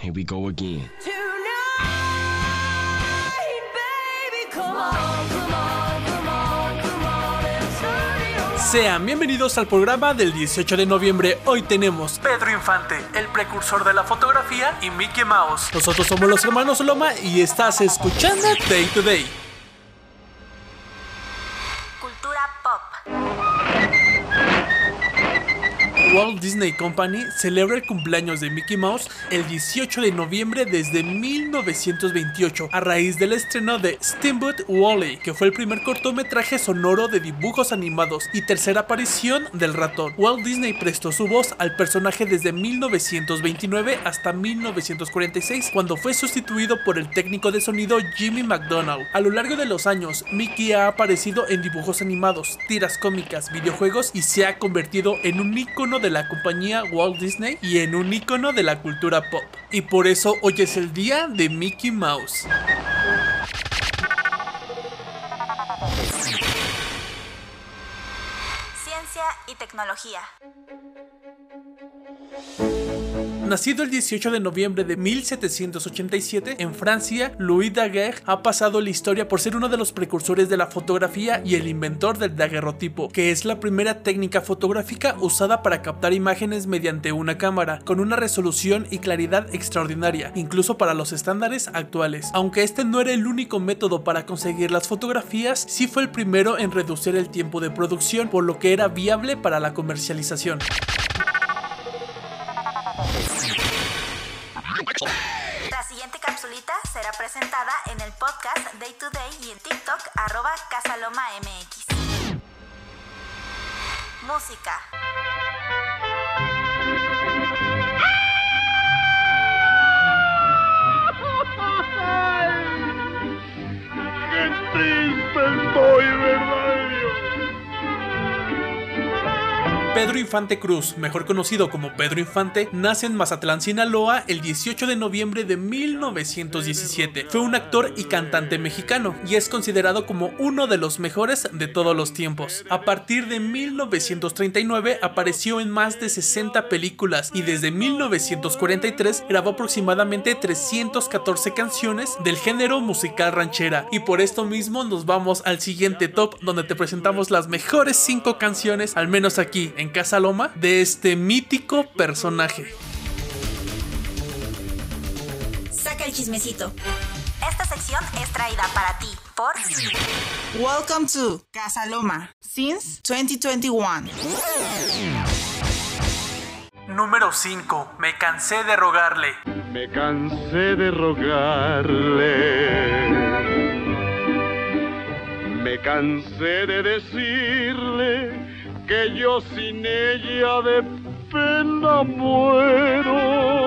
Here we go again. Sean bienvenidos al programa del 18 de noviembre. Hoy tenemos Pedro Infante, el precursor de la fotografía, y Mickey Mouse. Nosotros somos los hermanos Loma y estás escuchando Day to Day. Cultura pop. Walt Disney Company celebra el cumpleaños de Mickey Mouse el 18 de noviembre desde 1928 a raíz del estreno de Steamboat Willie, que fue el primer cortometraje sonoro de dibujos animados y tercera aparición del ratón. Walt Disney prestó su voz al personaje desde 1929 hasta 1946, cuando fue sustituido por el técnico de sonido Jimmy McDonald. A lo largo de los años, Mickey ha aparecido en dibujos animados, tiras cómicas, videojuegos y se ha convertido en un ícono de la compañía Walt Disney y en un ícono de la cultura pop. Y por eso hoy es el día de Mickey Mouse. Ciencia y tecnología. Nacido el 18 de noviembre de 1787 en Francia, Louis Daguerre ha pasado la historia por ser uno de los precursores de la fotografía y el inventor del daguerrotipo, que es la primera técnica fotográfica usada para captar imágenes mediante una cámara, con una resolución y claridad extraordinaria, incluso para los estándares actuales. Aunque este no era el único método para conseguir las fotografías, sí fue el primero en reducir el tiempo de producción, por lo que era viable para la comercialización. La siguiente capsulita será presentada en el podcast Day to Day y en TikTok @CasalomaMX. Música. ¡Qué triste estoy, verdad! Pedro Infante Cruz, mejor conocido como Pedro Infante, nace en Mazatlán, Sinaloa, el 18 de noviembre de 1917. Fue un actor y cantante mexicano y es considerado como uno de los mejores de todos los tiempos. A partir de 1939 apareció en más de 60 películas y desde 1943 grabó aproximadamente 314 canciones del género musical ranchera. Y por esto mismo nos vamos al siguiente top, donde te presentamos las mejores 5 canciones, al menos aquí en Casa Loma, de este mítico personaje. Saca el chismecito. Esta sección es traída para ti por Welcome to Casa Loma since 2021. Número 5. Me cansé de rogarle. Me cansé de rogarle. Me cansé de decirle que yo sin ella de pena muero.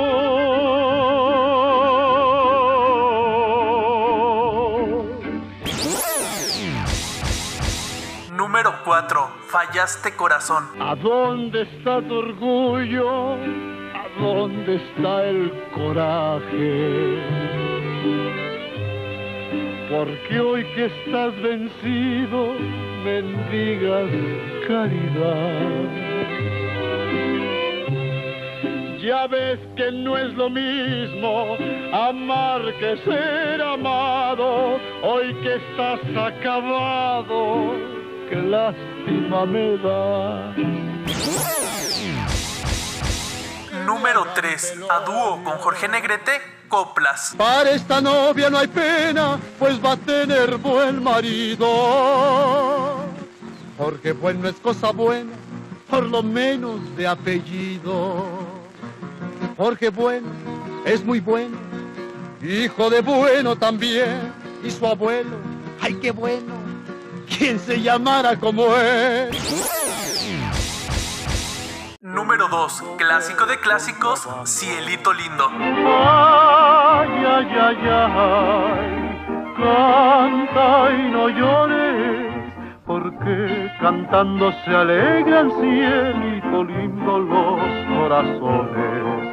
Número 4. Fallaste corazón. ¿A dónde está tu orgullo? ¿A dónde está el coraje? Porque hoy que estás vencido, mendigas caridad. Ya ves que no es lo mismo amar que ser amado. Hoy que estás acabado, qué lástima me da. Número 3. A dúo con Jorge Negrete, Coplas. Para esta novia no hay pena, pues va a tener buen marido. Porque bueno es cosa buena, por lo menos de apellido. Porque bueno es muy bueno, hijo de bueno también. Y su abuelo, ay qué bueno, quien se llamara como él. Número 2. Clásico de clásicos, Cielito Lindo. Ay, ay, ay, ay, canta y no llores, porque cantando se alegran cielito lindo los corazones.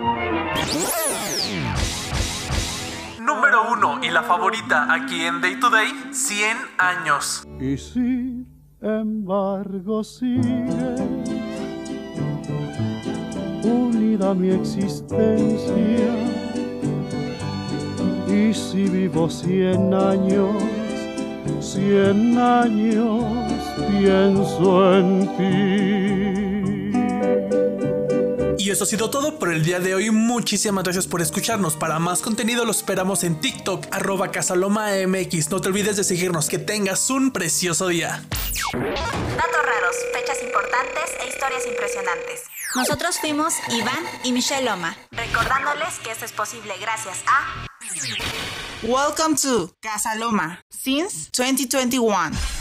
Número 1 y la favorita aquí en Day to Day, 100 años. Y sin embargo sigue unida mi existencia si vivo 100 años, 100 años pienso en ti. Y eso ha sido todo por el día de hoy. Muchísimas gracias por escucharnos. Para más contenido los esperamos en TikTok, @CasalomaMX. No te olvides de seguirnos. Que tengas un precioso día. Datos raros, fechas importantes e historias impresionantes. Nosotros fuimos Iván y Michelle Loma, recordándoles que esto es posible gracias a... Welcome to Casa Loma since 2021.